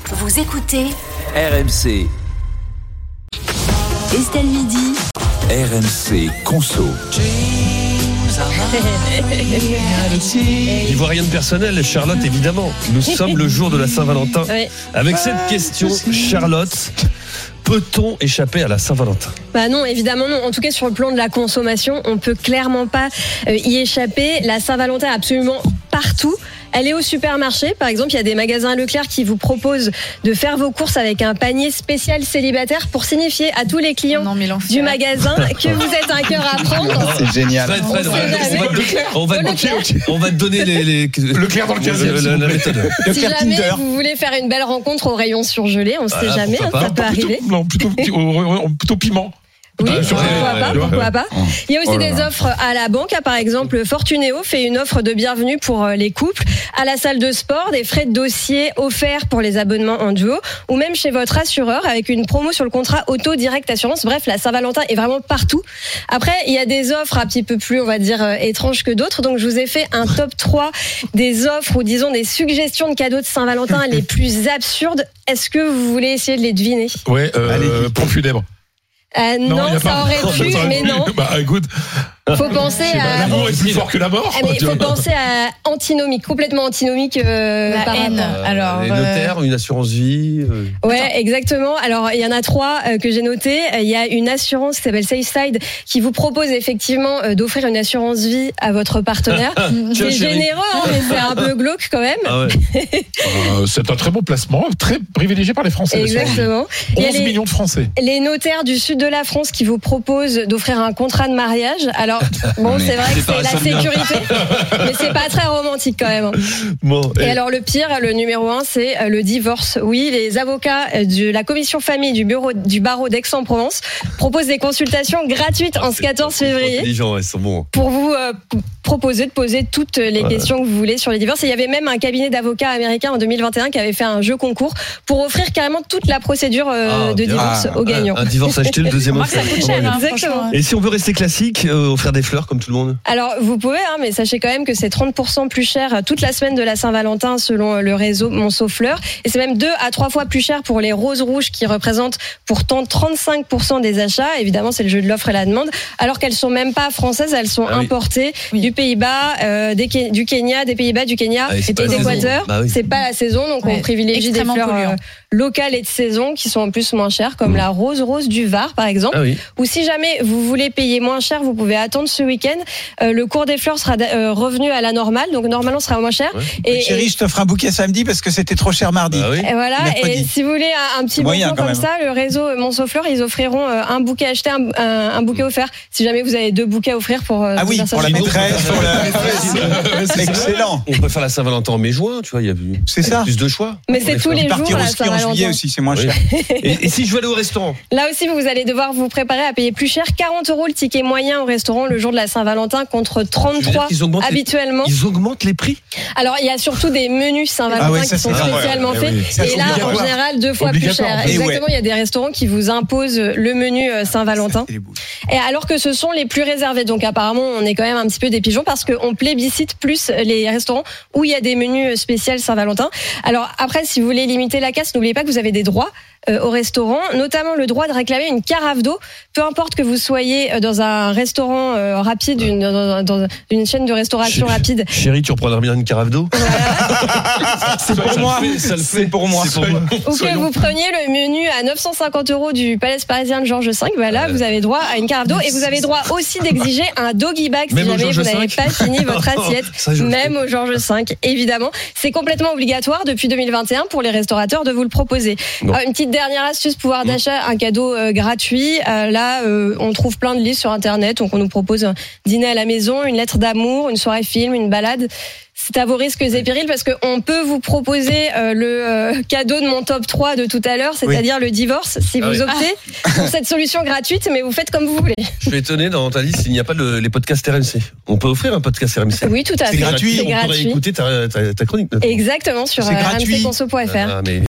Vous écoutez RMC. Estelle Midi. RMC Conso. L'ivoirienne personnelle, Charlotte, évidemment. Nous sommes le jour de la Saint-Valentin. Oui. Avec cette question, Charlotte, peut-on échapper à la Saint-Valentin ? Bah non, évidemment non. En tout cas, sur le plan de la consommation, on peut clairement pas y échapper. La Saint-Valentin est absolument partout. Elle est au supermarché, par exemple, il y a des magasins Leclerc qui vous proposent de faire vos courses avec un panier spécial célibataire pour signifier à tous les clients du magasin que vous êtes un cœur à prendre. C'est génial. On va te donner les Leclerc dans le 15e. la méthode. Si jamais vous voulez faire une belle rencontre au rayon surgelé, on ne sait jamais, ça peut arriver. Plutôt piment. Oui, pourquoi pas. Il y a aussi des offres à la banque. Par exemple, Fortunéo fait une offre de bienvenue pour les couples. À la salle de sport, des frais de dossier offerts pour les abonnements en duo. Ou même chez votre assureur avec une promo sur le contrat auto direct assurance. Bref, la Saint-Valentin est vraiment partout. Après, il y a des offres un petit peu plus, on va dire, étranges que d'autres. Donc, je vous ai fait un top 3 des offres ou disons des suggestions de cadeaux de Saint-Valentin les plus absurdes. Est-ce que vous voulez essayer de les deviner ? Ouais, pompe funèbre. Non, ça aurait pu, mais non. Bah écoute, faut penser à. l'amour est plus fort que la mort. Mais il faut penser à antinomique, complètement antinomique. La haine. Alors, les notaires, une assurance vie. Ouais, exactement. Alors, il y en a 3 que j'ai notées. Il y a une assurance qui s'appelle SafeSide qui vous propose effectivement d'offrir une assurance vie à votre partenaire. C'est généreux, hein, mais c'est un peu glauque quand même. Ah ouais. C'est un très bon placement, très privilégié par les Français. Exactement. 11 millions de Français. Les notaires du sud de la France qui vous proposent d'offrir un contrat de mariage. Alors, bon, c'est vrai que c'est la sécurité, mais c'est pas très romantique quand même. Bon, et alors le pire, le numéro 1, c'est le divorce. Oui, les avocats de la commission famille du barreau d'Aix-en-Provence proposent des consultations gratuites en ce 14 février. Les gens, ils sont bons. Pour vous proposer de poser toutes les questions que vous voulez sur les divorces. Et il y avait même un cabinet d'avocats américain en 2021 qui avait fait un jeu concours pour offrir carrément toute la procédure de divorce aux gagnants. Un divorce acheté, le deuxième offert. ça coûte cher, hein, Exactement. Et si on veut rester classique, offrir des fleurs comme tout le monde ? Alors, vous pouvez, mais sachez quand même que c'est 30% plus cher toute la semaine de la Saint-Valentin selon le réseau Monceau Fleurs. Et c'est même 2 à 3 fois plus cher pour les roses rouges qui représentent pourtant 35% des achats. Évidemment, c'est le jeu de l'offre et la demande. Alors qu'elles sont même pas françaises, elles sont importées du Pays-Bas, du Kenya, des Pays-Bas, du Kenya et d'Équateur. C'est pas la saison, donc on privilégie des fleurs locales et de saison qui sont en plus moins chères, comme la rose du Var, par exemple. Ou si jamais vous voulez payer moins cher, vous pouvez attendre ce week-end. Le cours des fleurs sera revenu à la normale, donc normalement ce sera moins cher. Et chérie, je te ferai un bouquet samedi parce que c'était trop cher mardi. Et voilà. Mercredi. Et si vous voulez un petit bon plan comme ça, le réseau Monceau Fleurs, ils offriront un bouquet acheté, un bouquet offert. Si jamais vous avez 2 bouquets à offrir pour pour la maîtresse, pour la... Excellent. On peut faire la Saint-Valentin en mai-juin, tu vois, il y a plus de choix. Mais c'est tous les jours partir la au ski en Saint-Valentin. juillet aussi, c'est moins cher. Et si je veux aller au restaurant ? Là aussi, vous allez devoir vous préparer à payer plus cher. 40 € le ticket moyen au restaurant le jour de la Saint-Valentin contre 33 habituellement. Ils augmentent les prix ? Alors, il y a surtout des menus Saint-Valentin qui sont spécialement faits. Et là, en général, 2 fois plus cher. Exactement, il y a des restaurants qui vous imposent le menu Saint-Valentin. Et alors que ce sont les plus réservés. Donc apparemment, on est quand même un petit peu des pigeons parce qu'on plébiscite plus les restaurants où il y a des menus spéciaux Saint-Valentin. Alors après, si vous voulez limiter la casse, n'oubliez pas que vous avez des droits au restaurant, notamment le droit de réclamer une carafe d'eau, peu importe que vous soyez dans un restaurant rapide, dans une chaîne de restauration rapide. Chérie, tu reprendras bien une carafe d'eau ? C'est pour moi. C'est pour moi. Ou que vous preniez le menu à 950 € du Palais parisien de Georges V, voilà, vous avez droit à une carafe d'eau et vous avez droit aussi d'exiger un doggy bag si jamais vous n'avez pas fini votre assiette, même au Georges V, évidemment. C'est complètement obligatoire depuis 2021 pour les restaurateurs de vous le proposer. Alors, une petite dernière astuce, pouvoir d'achat, un cadeau gratuit. Là, on trouve plein de listes sur Internet, donc on nous propose un dîner à la maison, une lettre d'amour, une soirée film, une balade. C'est à vos risques et périls parce qu'on peut vous proposer le cadeau de mon top 3 de tout à l'heure, c'est-à-dire le divorce, si vous optez pour cette solution gratuite, mais vous faites comme vous voulez. Je suis étonné, dans ta liste, il n'y a pas les podcasts RMC. On peut offrir un podcast RMC. Oui, tout à fait. C'est gratuit. On pourrait écouter ta chronique. Exactement, sur rmcconso.fr.